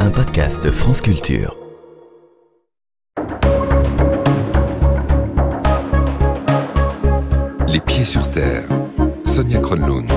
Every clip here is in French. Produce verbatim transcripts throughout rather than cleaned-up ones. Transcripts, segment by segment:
un podcast France Culture. Les pieds sur terre, Sonia Kronlund.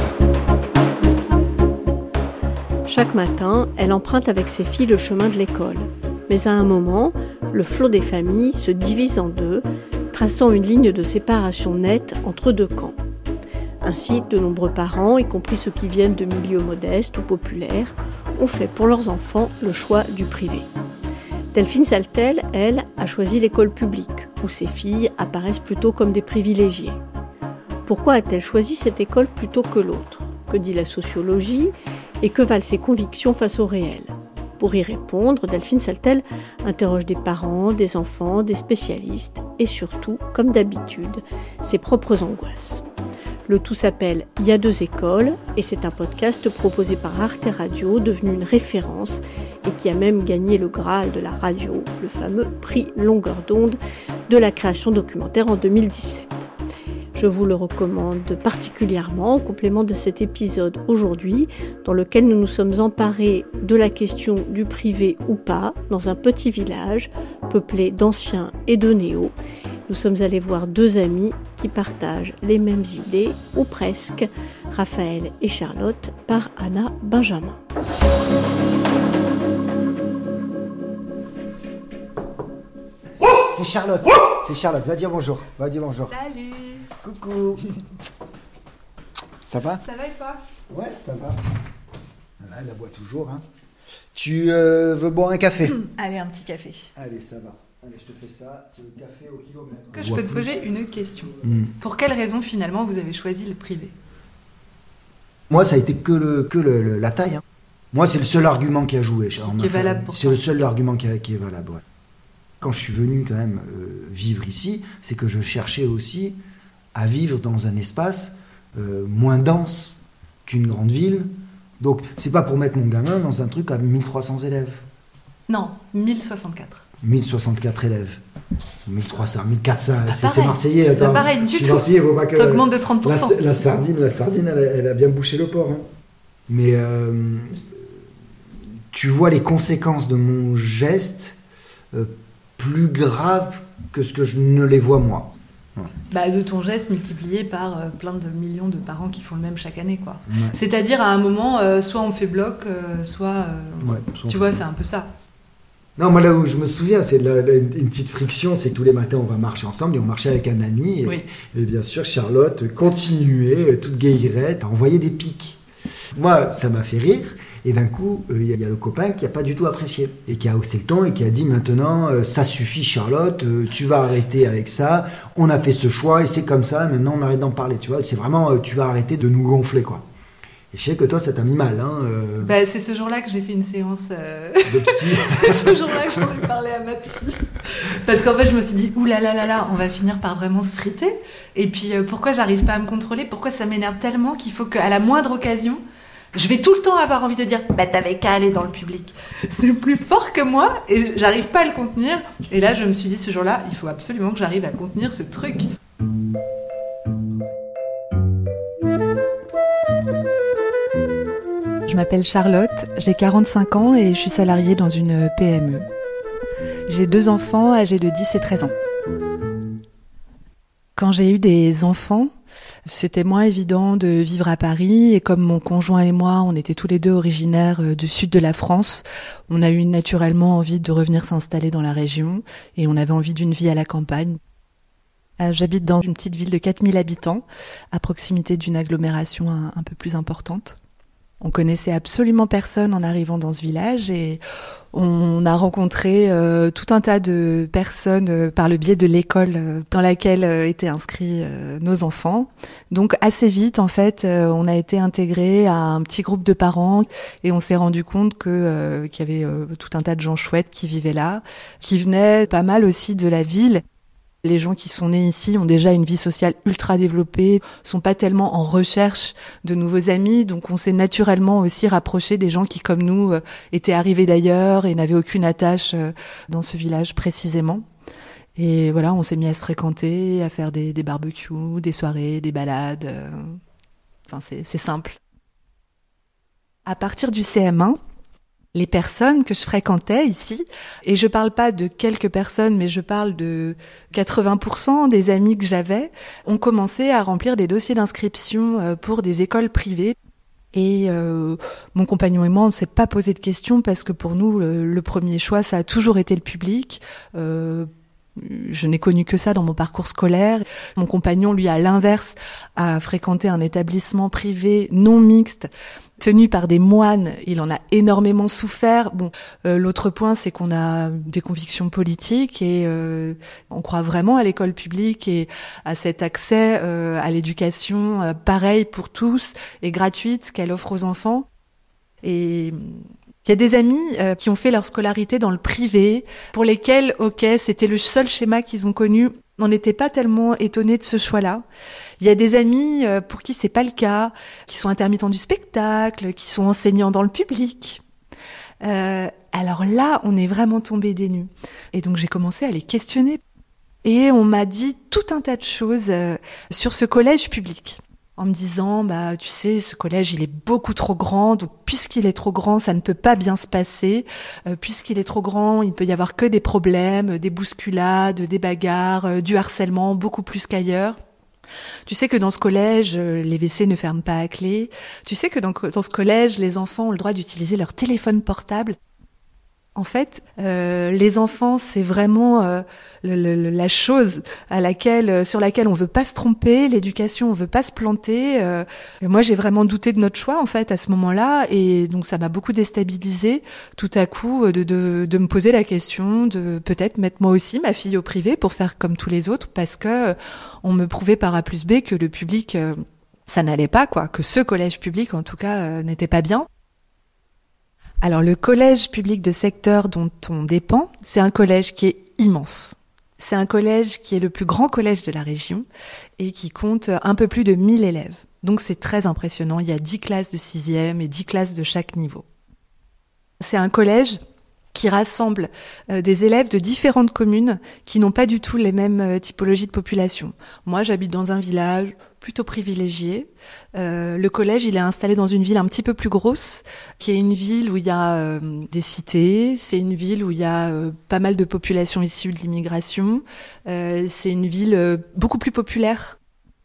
Chaque matin, elle emprunte avec ses filles le chemin de l'école. Mais à un moment, le flot des familles se divise en deux, traçant une ligne de séparation nette entre deux camps. Ainsi, de nombreux parents, y compris ceux qui viennent de milieux modestes ou populaires, ont fait pour leurs enfants le choix du privé. Delphine Saltel, elle, a choisi l'école publique, où ses filles apparaissent plutôt comme des privilégiées. Pourquoi a-t-elle choisi cette école plutôt que l'autre ? Que dit la sociologie ? Et que valent ses convictions face au réel ? Pour y répondre, Delphine Saltel interroge des parents, des enfants, des spécialistes et surtout, comme d'habitude, ses propres angoisses. Le tout s'appelle « Il y a deux écoles » et c'est un podcast proposé par Arte Radio, devenu une référence et qui a même gagné le Graal de la radio, le fameux prix Longueur d'onde de la création documentaire en deux mille dix-sept. Je vous le recommande particulièrement en complément de cet épisode aujourd'hui dans lequel nous nous sommes emparés de la question du privé ou pas dans un petit village peuplé d'anciens et de néos. Nous sommes allés voir deux amis qui partagent les mêmes idées, ou presque, Raphaël et Charlotte par Anna Benjamin. C'est Charlotte, c'est Charlotte, va dire bonjour, va dire bonjour. Salut. Coucou. Ça va ? Ça va et toi ? Ouais, ça va. Là, elle la boit toujours. Hein. Tu euh, veux boire un café ? Allez, un petit café. Allez, ça va. Allez, je te fais ça, c'est le café au kilomètre. Que je peux te plus. poser une question. Mm. Pour quelle raison finalement vous avez choisi le privé ? Moi, ça a été que, le, que le, le, la taille. Hein. Moi, c'est le seul argument qui a joué. Qui, qui est valable pour C'est toi. le seul argument qui, a, qui est valable, ouais. Quand je suis venu quand même euh, vivre ici, c'est que je cherchais aussi à vivre dans un espace euh, moins dense qu'une grande ville. Donc, c'est pas pour mettre mon gamin dans un truc à mille trois cents élèves. Non, mille soixante-quatre. mille soixante-quatre élèves. mille trois cents, mille quatre cents, C'est, c'est, c'est marseillais. C'est attends. pas pareil du Je suis tout. marseillais, faut pas que... Ça augmente de trente pour cent. La, la sardine, la sardine elle, a, elle a bien bouché le port. Hein. Mais euh, tu vois les conséquences de mon geste euh, plus graves que ce que je ne les vois moi. Ouais. Bah, de ton geste multiplié par euh, plein de millions de parents qui font le même chaque année, quoi. Ouais. C'est-à-dire à un moment, euh, soit on fait bloc, euh, soit... Euh, Ouais, tu vois, c'est un peu ça. Non, moi là où je me souviens, c'est la, la, une petite friction, c'est que tous les matins on va marcher ensemble et on marchait avec un ami. Et, Oui. et bien sûr, Charlotte continuait, toute guillerette, à envoyer des pics. Moi, ça m'a fait rire. Et d'un coup, il euh, y, y a le copain qui n'a pas du tout apprécié et qui a haussé le ton et qui a dit maintenant, euh, ça suffit Charlotte, euh, tu vas arrêter avec ça. On a fait ce choix et c'est comme ça. Maintenant, on arrête d'en parler. Tu vois, c'est vraiment, euh, tu vas arrêter de nous gonfler, quoi. Et je sais que toi, ça t'a mis mal. Hein, euh... bah, c'est ce jour-là que j'ai fait une séance euh... de psy. C'est ce jour-là que j'en ai parlé à ma psy. Parce qu'en fait, je me suis dit, ouh là là là là, on va finir par vraiment se friter. Et puis, euh, pourquoi j'arrive pas à me contrôler ? Pourquoi ça m'énerve tellement qu'il faut qu'à la moindre occasion, je vais tout le temps avoir envie de dire, bah t'avais qu'à aller dans le public. C'est plus fort que moi et j'arrive pas à le contenir. Et là, je me suis dit, ce jour-là, il faut absolument que j'arrive à contenir ce truc. Je m'appelle Charlotte, j'ai quarante-cinq ans et je suis salariée dans une P M E. J'ai deux enfants âgés de dix et treize ans. Quand j'ai eu des enfants, c'était moins évident de vivre à Paris et comme mon conjoint et moi, on était tous les deux originaires du sud de la France, on a eu naturellement envie de revenir s'installer dans la région et on avait envie d'une vie à la campagne. J'habite dans une petite ville de quatre mille habitants, à proximité d'une agglomération un, un peu plus importante. On connaissait absolument personne en arrivant dans ce village et on a rencontré euh, tout un tas de personnes euh, par le biais de l'école euh, dans laquelle euh, étaient inscrits euh, nos enfants. Donc assez vite, en fait, euh, on a été intégrés à un petit groupe de parents et on s'est rendu compte que euh, qu'il y avait euh, tout un tas de gens chouettes qui vivaient là, qui venaient pas mal aussi de la ville. Les gens qui sont nés ici ont déjà une vie sociale ultra développée, sont pas tellement en recherche de nouveaux amis, donc on s'est naturellement aussi rapproché des gens qui, comme nous, étaient arrivés d'ailleurs et n'avaient aucune attache dans ce village précisément. Et voilà, on s'est mis à se fréquenter, à faire des, des barbecues, des soirées, des balades. Enfin, c'est, c'est simple. À partir du C M un, Les personnes que je fréquentais ici, et je parle pas de quelques personnes, mais je parle de quatre-vingts pour cent des amis que j'avais, ont commencé à remplir des dossiers d'inscription pour des écoles privées. Et euh, mon compagnon et moi, on ne s'est pas posé de questions parce que pour nous, le, le premier choix, ça a toujours été le public. Euh, je n'ai connu que ça dans mon parcours scolaire. Mon compagnon, lui, à l'inverse, a fréquenté un établissement privé non mixte, tenu par des moines. Il en a énormément souffert. Bon, euh, l'autre point, c'est qu'on a des convictions politiques et euh, on croit vraiment à l'école publique et à cet accès euh, à l'éducation euh, pareil pour tous et gratuite qu'elle offre aux enfants. Et il y a des amis euh, qui ont fait leur scolarité dans le privé, pour lesquels, ok, c'était le seul schéma qu'ils ont connu. On n'était pas tellement étonnés de ce choix-là. Il y a des amis euh, pour qui c'est pas le cas, qui sont intermittents du spectacle, qui sont enseignants dans le public. Euh, alors là, on est vraiment tombés des nues. Et donc j'ai commencé à les questionner. Et on m'a dit tout un tas de choses euh, sur ce collège public. En me disant, bah, tu sais, ce collège, il est beaucoup trop grand, donc puisqu'il est trop grand, ça ne peut pas bien se passer. Euh, puisqu'il est trop grand, il ne peut y avoir que des problèmes, des bousculades, des bagarres, euh, du harcèlement, beaucoup plus qu'ailleurs. Tu sais que dans ce collège, euh, les W C ne ferment pas à clé. Tu sais que dans, dans ce collège, les enfants ont le droit d'utiliser leur téléphone portable. En fait, euh, les enfants, c'est vraiment euh, le, le, la chose à laquelle, sur laquelle on veut pas se tromper. L'éducation, on veut pas se planter. Euh, moi, j'ai vraiment douté de notre choix en fait à ce moment-là, et donc ça m'a beaucoup déstabilisée. Tout à coup, de, de, de me poser la question de peut-être mettre moi aussi ma fille au privé pour faire comme tous les autres, parce que on me prouvait par A plus B que le public, euh, ça n'allait pas, quoi. Que ce collège public, en tout cas, euh, n'était pas bien. Alors, le collège public de secteur dont on dépend, c'est un collège qui est immense. C'est un collège qui est le plus grand collège de la région et qui compte un peu plus de mille élèves. Donc, c'est très impressionnant. Il y a dix classes de sixième et dix classes de chaque niveau. C'est un collège qui rassemble euh, des élèves de différentes communes qui n'ont pas du tout les mêmes euh, typologies de population. Moi, j'habite dans un village plutôt privilégié. Euh, le collège, il est installé dans une ville un petit peu plus grosse, qui est une ville où il y a euh, des cités, c'est une ville où il y a euh, pas mal de populations issues de l'immigration, euh, c'est une ville euh, beaucoup plus populaire.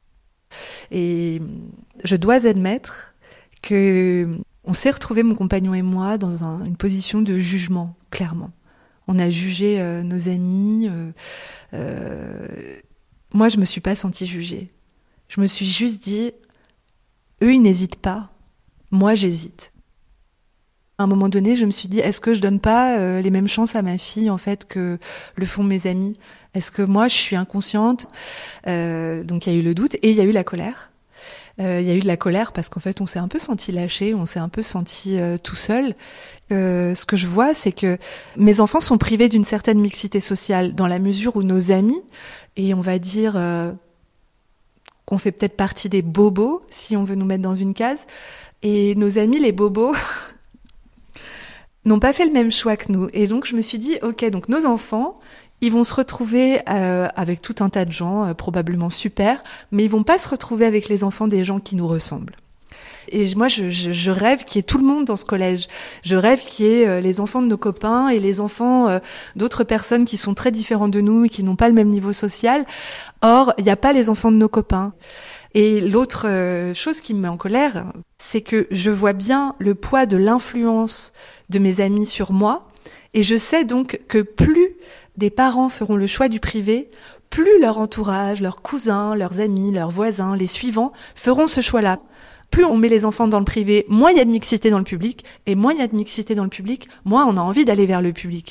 Et je dois admettre que on s'est retrouvés, mon compagnon et moi, dans un, une position de jugement, clairement. On a jugé euh, nos amis. Euh, euh, moi, je me suis pas sentie jugée. Je me suis juste dit, eux, ils n'hésitent pas. Moi, j'hésite. À un moment donné, je me suis dit, est-ce que je donne pas euh, les mêmes chances à ma fille, en fait, que le font mes amis ? Est-ce que moi, je suis inconsciente ? euh, Donc, il y a eu le doute et il y a eu la colère. Il euh, y a eu de la colère parce qu'en fait, on s'est un peu senti lâché, on s'est un peu senti euh, tout seul. Euh, ce que je vois, c'est que mes enfants sont privés d'une certaine mixité sociale dans la mesure où nos amis, et on va dire euh, qu'on fait peut-être partie des bobos, si on veut nous mettre dans une case, et nos amis, les bobos, n'ont pas fait le même choix que nous. Et donc, je me suis dit, ok, donc nos enfants, ils vont se retrouver euh, avec tout un tas de gens, euh, probablement super, mais ils vont pas se retrouver avec les enfants des gens qui nous ressemblent. Et moi, je, je, je rêve qu'il y ait tout le monde dans ce collège. Je rêve qu'il y ait euh, les enfants de nos copains et les enfants euh, d'autres personnes qui sont très différents de nous et qui n'ont pas le même niveau social. Or, il n'y a pas les enfants de nos copains. Et l'autre euh, chose qui me met en colère, c'est que je vois bien le poids de l'influence de mes amis sur moi, et je sais donc que plus des parents feront le choix du privé, plus leur entourage, leurs cousins, leurs amis, leurs voisins, les suivants, feront ce choix-là. Plus on met les enfants dans le privé, moins il y a de mixité dans le public, et moins il y a de mixité dans le public, moins on a envie d'aller vers le public.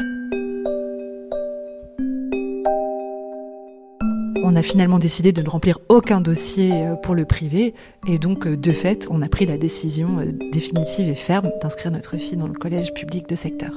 On a finalement décidé de ne remplir aucun dossier pour le privé, et donc de fait, on a pris la décision définitive et ferme d'inscrire notre fille dans le collège public de secteur.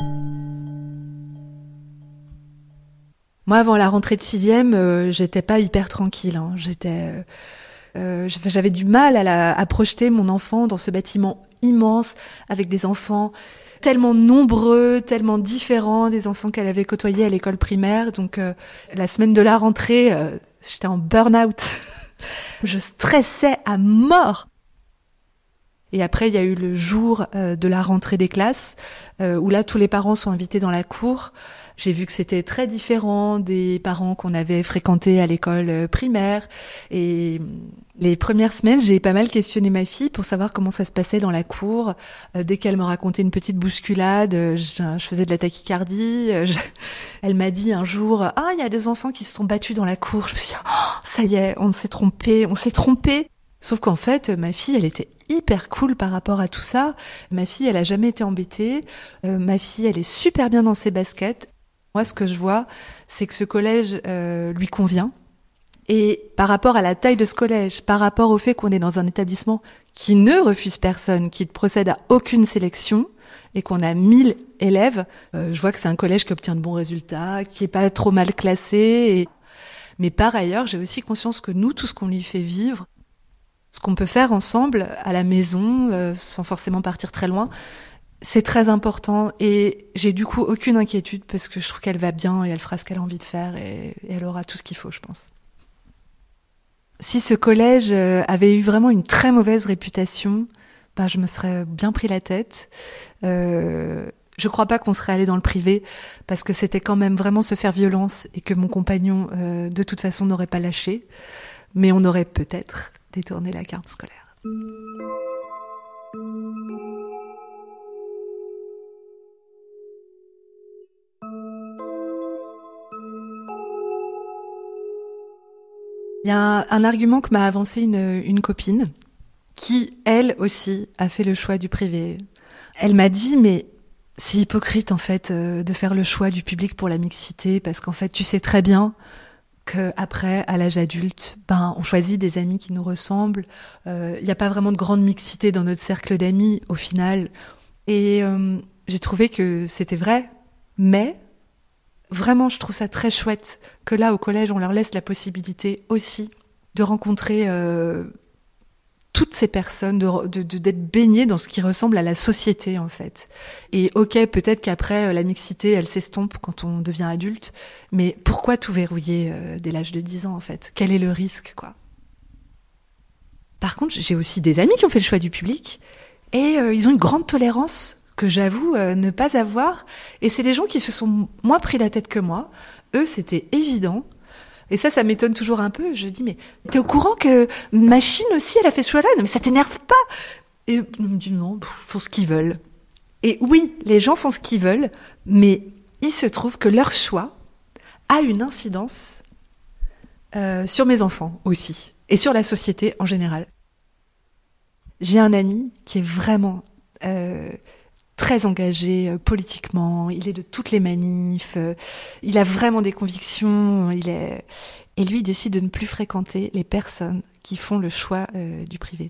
Moi, avant la rentrée de sixième, euh, j'étais pas hyper tranquille. Hein. J'étais, euh, j'avais du mal à, la, à projeter mon enfant dans ce bâtiment immense, avec des enfants tellement nombreux, tellement différents des enfants qu'elle avait côtoyés à l'école primaire. Donc, euh, la semaine de la rentrée, euh, j'étais en burn-out. Je stressais à mort. Et après, il y a eu le jour euh, de la rentrée des classes, euh, où là, tous les parents sont invités dans la cour. J'ai vu que c'était très différent des parents qu'on avait fréquentés à l'école euh, primaire. Et les premières semaines, j'ai pas mal questionné ma fille pour savoir comment ça se passait dans la cour. Euh, dès qu'elle me racontait une petite bousculade, euh, je, je faisais de la tachycardie. Euh, je... Elle m'a dit un jour, « Ah, il y a des enfants qui se sont battus dans la cour. » Je me suis dit, oh, « Ça y est, on s'est trompé, on s'est trompé. » Sauf qu'en fait, ma fille, elle était hyper cool par rapport à tout ça. Ma fille, elle a jamais été embêtée. Euh, ma fille, elle est super bien dans ses baskets. Moi, ce que je vois, c'est que ce collège euh, lui convient. Et par rapport à la taille de ce collège, par rapport au fait qu'on est dans un établissement qui ne refuse personne, qui ne procède à aucune sélection, et qu'on a mille élèves, euh, je vois que c'est un collège qui obtient de bons résultats, qui est pas trop mal classé. Et... Mais par ailleurs, j'ai aussi conscience que nous, tout ce qu'on lui fait vivre, ce qu'on peut faire ensemble à la maison, euh, sans forcément partir très loin, c'est très important. Et j'ai du coup aucune inquiétude parce que je trouve qu'elle va bien et elle fera ce qu'elle a envie de faire et, et elle aura tout ce qu'il faut, je pense. Si ce collège euh, avait eu vraiment une très mauvaise réputation, bah, je me serais bien pris la tête. Euh, je crois pas qu'on serait allé dans le privé parce que c'était quand même vraiment se faire violence et que mon compagnon, euh, de toute façon, n'aurait pas lâché. Mais on aurait peut-être détourner la carte scolaire. Il y a un, un argument que m'a avancé une, une copine qui, elle aussi, a fait le choix du privé. Elle m'a dit, mais c'est hypocrite en fait euh, de faire le choix du public pour la mixité parce qu'en fait, tu sais très bien qu'après, à l'âge adulte, ben, on choisit des amis qui nous ressemblent. Il euh, n'y a pas vraiment de grande mixité dans notre cercle d'amis, au final. Et euh, j'ai trouvé que c'était vrai, mais vraiment, je trouve ça très chouette que là, au collège, on leur laisse la possibilité aussi de rencontrer euh, toutes ces personnes, de, de, de, d'être baignées dans ce qui ressemble à la société, en fait. Et ok, peut-être qu'après, la mixité, elle s'estompe quand on devient adulte, mais pourquoi tout verrouiller euh, dès l'âge de dix ans, en fait ? Quel est le risque, quoi ? Par contre, j'ai aussi des amis qui ont fait le choix du public, et euh, ils ont une grande tolérance que j'avoue euh, ne pas avoir, et c'est des gens qui se sont moins pris la tête que moi. Eux, c'était évident. Et ça, ça m'étonne toujours un peu. Je dis, mais t'es au courant que Machine aussi, elle a fait ce choix-là ? Non, mais ça t'énerve pas ? Et on me dit, non, ils font ce qu'ils veulent. Et oui, les gens font ce qu'ils veulent, mais il se trouve que leur choix a une incidence euh, sur mes enfants aussi, et sur la société en général. J'ai un ami qui est vraiment euh, très engagé euh, politiquement, il est de toutes les manifs, euh, il a vraiment des convictions, il est... et lui il décide de ne plus fréquenter les personnes qui font le choix euh, du privé.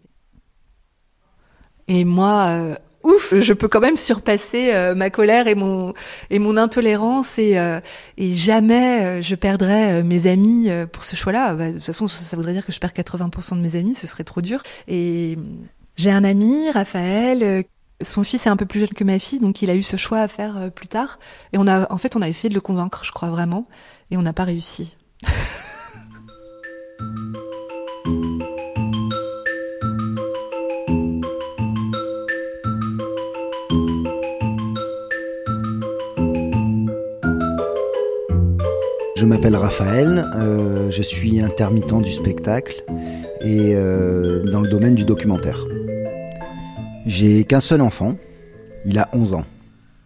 Et moi, euh, ouf, je peux quand même surpasser euh, ma colère et mon, et mon intolérance, et, euh, et jamais euh, je perdrai euh, mes amis euh, pour ce choix-là. Bah, de toute façon, ça voudrait dire que je perds quatre-vingts pour cent de mes amis, ce serait trop dur. Et j'ai un ami, Raphaël, euh, son fils est un peu plus jeune que ma fille, donc il a eu ce choix à faire euh, plus tard. Et on a, en fait, on a essayé de le convaincre, je crois vraiment, et on n'a pas réussi. Je m'appelle Raphaël, euh, je suis intermittent du spectacle et euh, dans le domaine du documentaire. J'ai qu'un seul enfant, il a onze ans.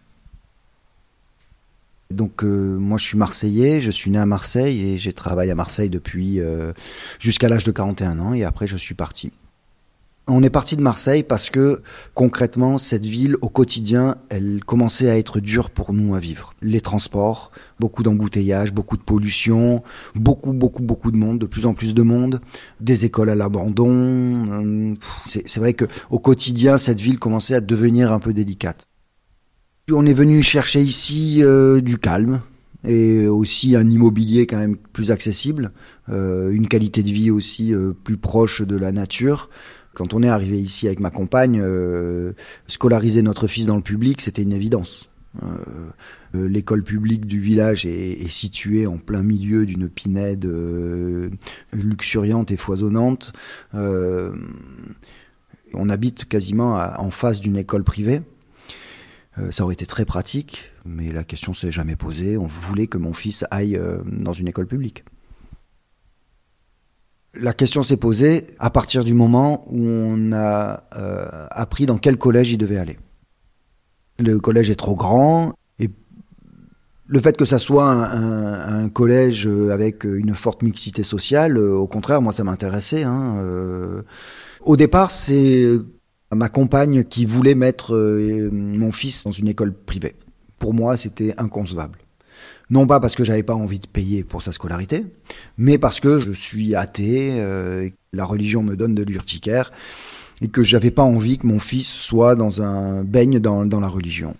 Donc euh, moi je suis marseillais, je suis né à Marseille et j'ai travaillé à Marseille depuis euh, jusqu'à l'âge de quarante et un ans et après je suis parti. On est parti de Marseille parce que concrètement cette ville au quotidien elle commençait à être dure pour nous à vivre. Les transports, beaucoup d'embouteillages, beaucoup de pollution, beaucoup beaucoup beaucoup de monde, de plus en plus de monde, des écoles à l'abandon. C'est, c'est vrai que au quotidien cette ville commençait à devenir un peu délicate. On est venu chercher ici euh, du calme et aussi un immobilier quand même plus accessible, euh, une qualité de vie aussi euh, plus proche de la nature. Quand on est arrivé ici avec ma compagne, euh, scolariser notre fils dans le public, c'était une évidence. Euh, l'école publique du village est, est située en plein milieu d'une pinède euh, luxuriante et foisonnante. Euh, On habite quasiment à, en face d'une école privée. Euh, ça aurait été très pratique, mais la question s'est jamais posée. On voulait que mon fils aille euh, dans une école publique. La question s'est posée à partir du moment où on a euh, appris dans quel collège il devait aller. Le collège est trop grand, et le fait que ça soit un, un, un collège avec une forte mixité sociale, au contraire, moi ça m'intéressait. Hein. Euh, au départ, c'est ma compagne qui voulait mettre euh, mon fils dans une école privée. Pour moi, c'était inconcevable. Non pas parce que j'avais pas envie de payer pour sa scolarité, mais parce que je suis athée, euh, la religion me donne de l'urticaire, et que j'avais pas envie que mon fils soit dans un baigne dans, dans la religion.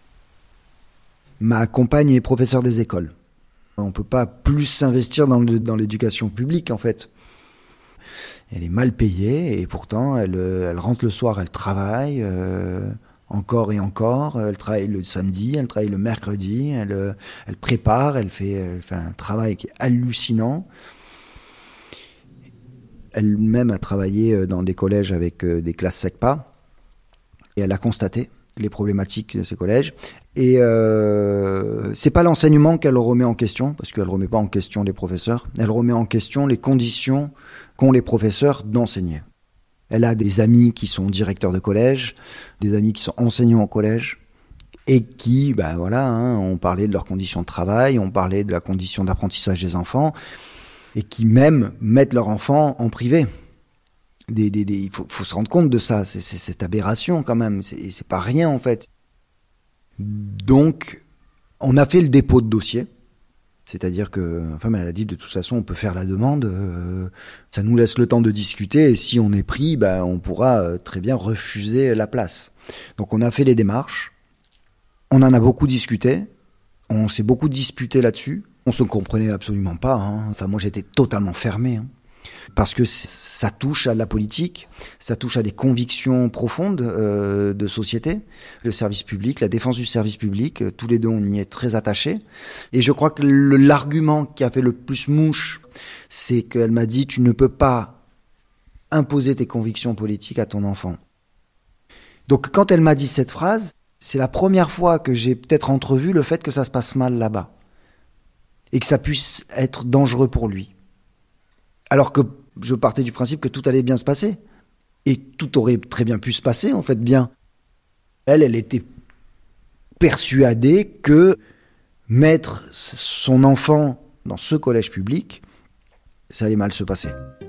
Ma compagne est professeure des écoles. On peut pas plus s'investir dans, le, dans l'éducation publique, en fait. Elle est mal payée, et pourtant, elle, elle rentre le soir, elle travaille... Euh, encore et encore, elle travaille le samedi, elle travaille le mercredi, elle, elle prépare, elle fait, elle fait un travail qui est hallucinant. Elle-même a travaillé dans des collèges avec des classes SECPA, et elle a constaté les problématiques de ces collèges. Et euh, c'est pas l'enseignement qu'elle remet en question, parce qu'elle remet pas en question les professeurs, elle remet en question les conditions qu'ont les professeurs d'enseigner. Elle a des amis qui sont directeurs de collège, des amis qui sont enseignants au collège, et qui, ben voilà, hein, ont parlé de leurs conditions de travail, ont parlé de la condition d'apprentissage des enfants, et qui même mettent leurs enfants en privé. Des, des, des, il faut, faut se rendre compte de ça, c'est, c'est cette aberration quand même, c'est, c'est pas rien en fait. Donc, on a fait le dépôt de dossier. C'est-à-dire que, enfin, elle a dit de toute façon, on peut faire la demande, euh, ça nous laisse le temps de discuter, et si on est pris, bah, on pourra euh, très bien refuser la place. Donc on a fait les démarches, on en a beaucoup discuté, on s'est beaucoup disputé là-dessus, on se comprenait absolument pas, hein. Enfin moi j'étais totalement fermé, hein. Parce que ça touche à la politique, ça touche à des convictions profondes euh, de société, le service public, la défense du service public, euh, tous les deux on y est très attachés. Et je crois que le, l'argument qui a fait le plus mouche, c'est qu'elle m'a dit « tu ne peux pas imposer tes convictions politiques à ton enfant ». Donc quand elle m'a dit cette phrase, c'est la première fois que j'ai peut-être entrevu le fait que ça se passe mal là-bas et que ça puisse être dangereux pour lui. Alors que je partais du principe que tout allait bien se passer. Et tout aurait très bien pu se passer, en fait, bien. Elle, elle était persuadée que mettre son enfant dans ce collège public, ça allait mal se passer.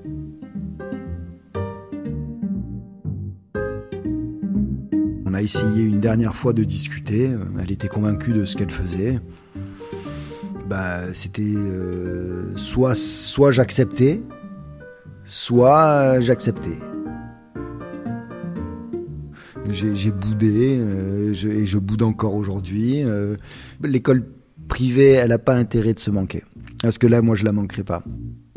On a essayé une dernière fois de discuter. Elle était convaincue de ce qu'elle faisait. Bah, c'était euh, soit, soit j'acceptais, soit j'acceptais. J'ai, j'ai boudé, euh, je, et je boude encore aujourd'hui. Euh, l'école privée, elle n'a pas intérêt de se manquer. Parce que là, moi, je la manquerai pas.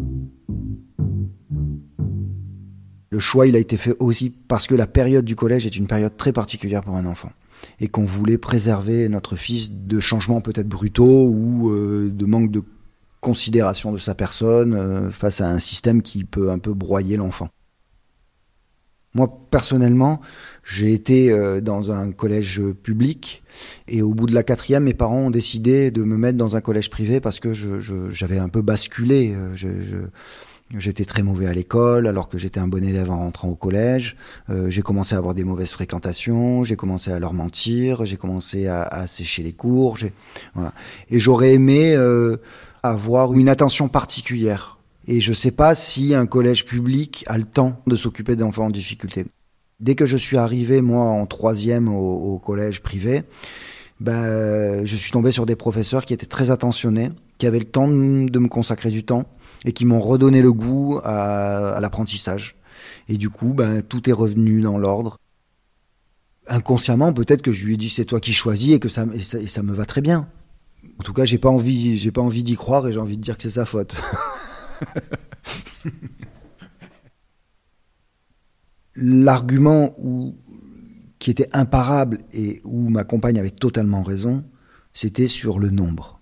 Le choix, il a été fait aussi parce que la période du collège est une période très particulière pour un enfant. Et qu'on voulait préserver notre fils de changements peut-être brutaux ou euh, de manque de considération de sa personne euh, face à un système qui peut un peu broyer l'enfant. Moi, personnellement, j'ai été euh, dans un collège public et au bout de la quatrième, mes parents ont décidé de me mettre dans un collège privé parce que je, je, j'avais un peu basculé. Je, je, J'étais très mauvais à l'école, alors que j'étais un bon élève en rentrant au collège. Euh, j'ai commencé à avoir des mauvaises fréquentations, j'ai commencé à leur mentir, j'ai commencé à, à sécher les cours. J'ai... Voilà. Et j'aurais aimé euh, avoir une attention particulière. Et je ne sais pas si un collège public a le temps de s'occuper d'enfants en difficulté. Dès que je suis arrivé, moi, en troisième au, au collège privé, ben, je suis tombé sur des professeurs qui étaient très attentionnés, qui avaient le temps de, de me consacrer du temps, et qui m'ont redonné le goût à, à l'apprentissage. Et du coup, ben, tout est revenu dans l'ordre. Inconsciemment, peut-être que je lui ai dit c'est toi qui choisis et que ça, et ça, et ça me va très bien. En tout cas, j'ai pas envie, j'ai pas envie d'y croire et j'ai envie de dire que c'est sa faute. L'argument où, qui était imparable et où ma compagne avait totalement raison, c'était sur le nombre.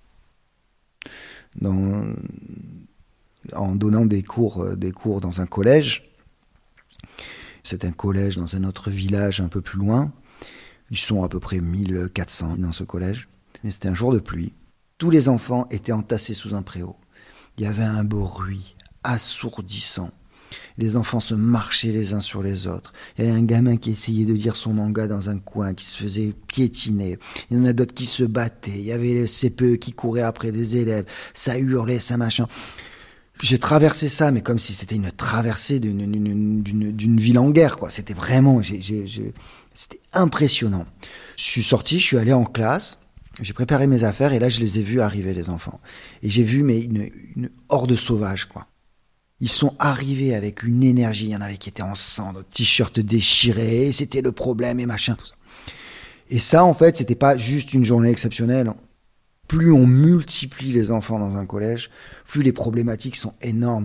Dans, en donnant des cours, des cours dans un collège, C'est un collège dans un autre village un peu plus loin. Ils sont à peu près mille quatre cents dans ce collège. Et c'était un jour de pluie. Tous les enfants étaient entassés sous un préau. Il y avait un bruit assourdissant. Les enfants se marchaient les uns sur les autres. Il y avait un gamin qui essayait de lire son manga dans un coin, qui se faisait piétiner. Il y en a d'autres qui se battaient. Il y avait le C P E qui courait après des élèves. Ça hurlait, ça machin. Puis j'ai traversé ça, mais comme si c'était une traversée d'une, d'une, d'une, d'une ville en guerre, quoi. C'était vraiment, j'ai, j'ai, j'ai, c'était impressionnant. Je suis sorti, je suis allé en classe, j'ai préparé mes affaires, et là, je les ai vus arriver, les enfants. Et j'ai vu, mais une, une horde sauvage, quoi. Ils sont arrivés avec une énergie, il y en avait qui étaient en cendres, t-shirts déchirés, c'était le problème, et machin, tout ça. Et ça, en fait, c'était pas juste une journée exceptionnelle. Plus on multiplie les enfants dans un collège, plus les problématiques sont énormes.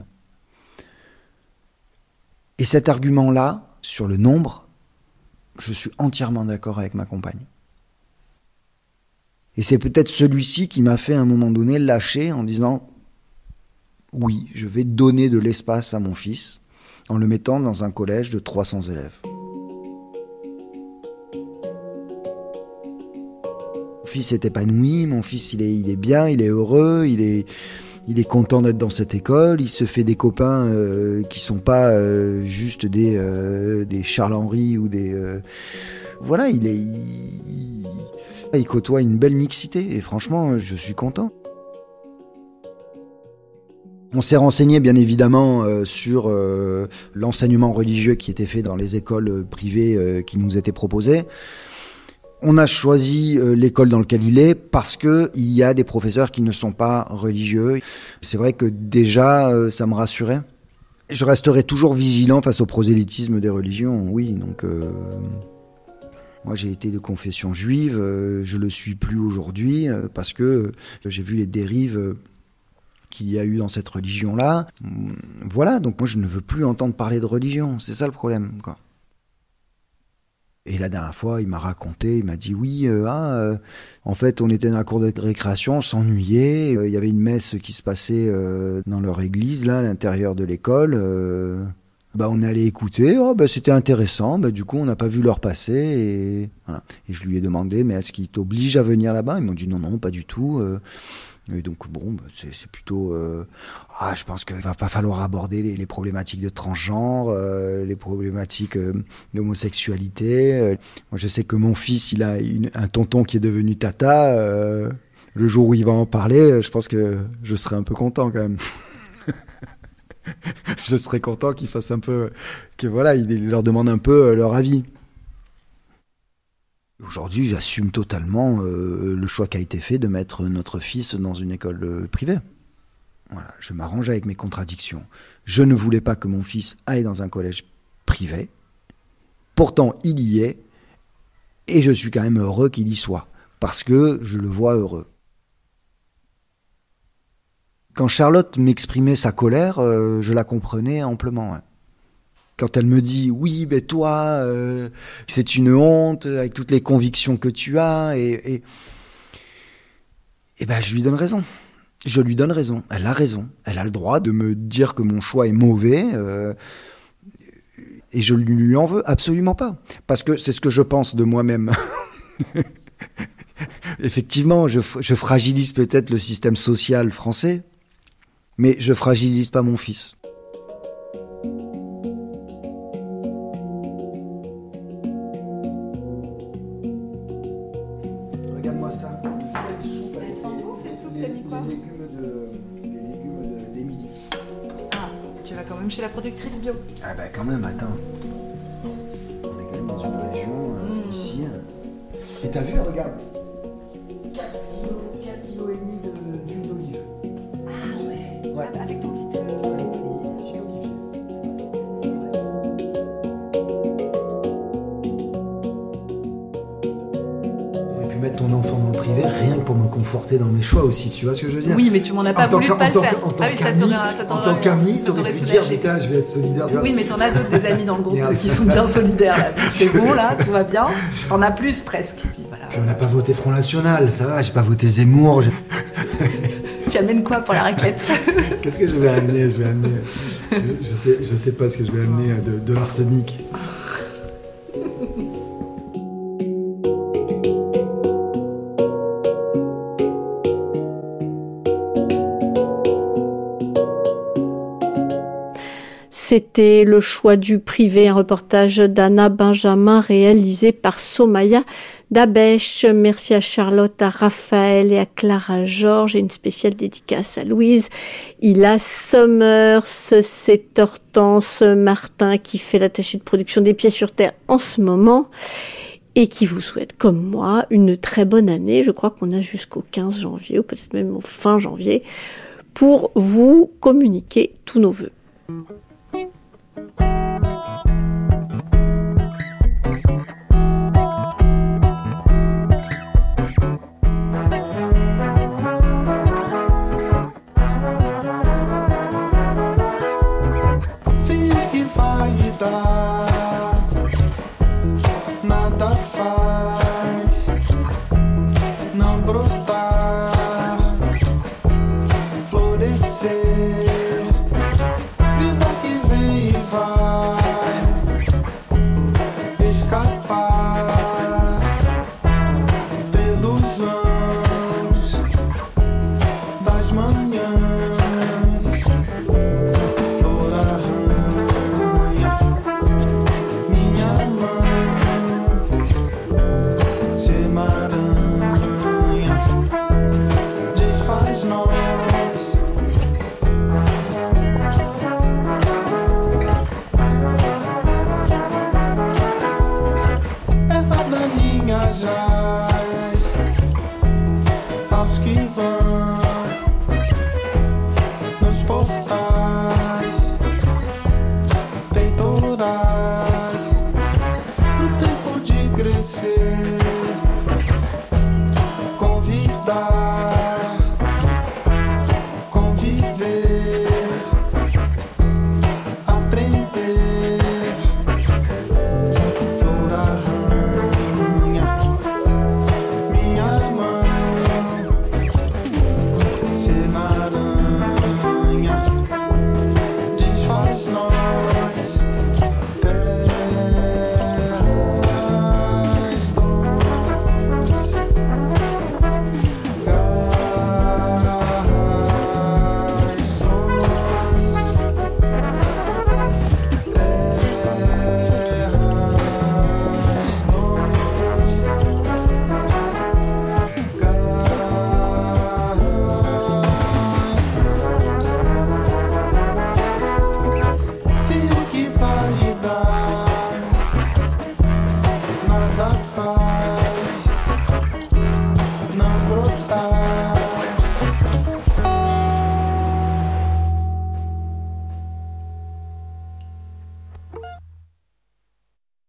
Et cet argument-là, sur le nombre, je suis entièrement d'accord avec ma compagne. Et c'est peut-être celui-ci qui m'a fait à un moment donné lâcher en disant « Oui, je vais donner de l'espace à mon fils en le mettant dans un collège de trois cents élèves. » Mon fils est épanoui, mon fils il est, il est bien, il est heureux, il est, il est content d'être dans cette école, il se fait des copains euh, qui sont pas euh, juste des, euh, des Charles-Henri ou des... Euh, voilà, il, est, il, il côtoie une belle mixité et franchement, je suis content. On s'est renseigné bien évidemment euh, sur euh, l'enseignement religieux qui était fait dans les écoles privées euh, qui nous étaient proposées. On a choisi euh, l'école dans laquelle il est parce que il y a des professeurs qui ne sont pas religieux. C'est vrai que déjà, euh, ça me rassurait. Je resterai toujours vigilant face au prosélytisme des religions, oui. Donc, euh, moi, j'ai été de confession juive, euh, je le suis plus aujourd'hui euh, parce que euh, j'ai vu les dérives euh, qu'il y a eu dans cette religion-là. Voilà, donc moi, je ne veux plus entendre parler de religion. C'est ça le problème, quoi. Et la dernière fois, il m'a raconté, il m'a dit oui, euh, ah, euh, en fait, on était dans la cour de récréation, on s'ennuyait, euh, il y avait une messe qui se passait euh, dans leur église, là, à l'intérieur de l'école. Euh, bah, on est allé écouter, oh, bah, c'était intéressant, bah, du coup, on n'a pas vu l'heure passer. Et, voilà. Et je lui ai demandé, mais est-ce qu'ils t'obligent à venir là-bas ? Ils m'ont dit non, non, pas du tout. Euh, Et donc bon, bah, c'est, c'est plutôt... Euh, ah, je pense qu'il va pas falloir aborder les, les problématiques de transgenre, euh, les problématiques euh, d'homosexualité. Euh, moi, je sais que mon fils, il a une, un tonton qui est devenu tata. Euh, le jour où il va en parler, je pense que je serai un peu content quand même. Je serais content qu'il fasse un peu... Que voilà, il leur demande un peu leur avis. Aujourd'hui, j'assume totalement euh, le choix qui a été fait de mettre notre fils dans une école euh, privée. Voilà, je m'arrange avec mes contradictions. Je ne voulais pas que mon fils aille dans un collège privé. Pourtant, il y est. Et je suis quand même heureux qu'il y soit. Parce que je le vois heureux. Quand Charlotte m'exprimait sa colère, euh, je la comprenais amplement. Ouais. Quand elle me dit « Oui, ben toi, euh, c'est une honte, avec toutes les convictions que tu as. » Et, et, et ben, je lui donne raison. Je lui donne raison. Elle a raison. Elle a le droit de me dire que mon choix est mauvais. Euh, et je ne lui en veux absolument pas. Parce que c'est ce que je pense de moi-même. Effectivement, je, je fragilise peut-être le système social français, mais je fragilise pas mon fils. Chez la productrice bio. Ah bah quand même, attends. On est quand même dans une région, euh, mmh. ici. Et t'as vu, regarde. quatre kilos et demi de, d'huile d'olive. Ah ouais, ouais. Ah, avec ton petit... Euh, ouais, petit olivier. J'aurais pu mettre ton enfant dans le privé rien que pour me conforter dans mes choix aussi, tu vois ce que je veux dire ? Oui, mais tu m'en as pas voulu de pas le faire. Ah oui, ça t'aurait, ça t'aurait, en tant qu'ami, t'aurais pu dire, putain, je vais être solidaire. Oui, mais t'en as d'autres des amis dans le groupe qui sont bien solidaires là. Donc c'est bon là, tout va bien. T'en as plus presque. Puis voilà. Puis on n'a pas voté Front National, ça va, j'ai pas voté Zemmour. J'ai... Tu amènes quoi pour la raclette ? Qu'est-ce que je vais amener ? Je vais amener. Je, je sais, je sais pas ce que je vais amener de, de l'arsenic. C'était Le choix du privé, un reportage d'Anna Benjamin réalisé par Somaya Dabèche. Merci à Charlotte, à Raphaël et à Clara Georges et une spéciale dédicace à Louise. Ila Sommers, c'est Hortense Martin qui fait l'attaché de production des Pieds sur Terre en ce moment et qui vous souhaite, comme moi, une très bonne année. Je crois qu'on a jusqu'au quinze janvier ou peut-être même au fin janvier pour vous communiquer tous nos vœux.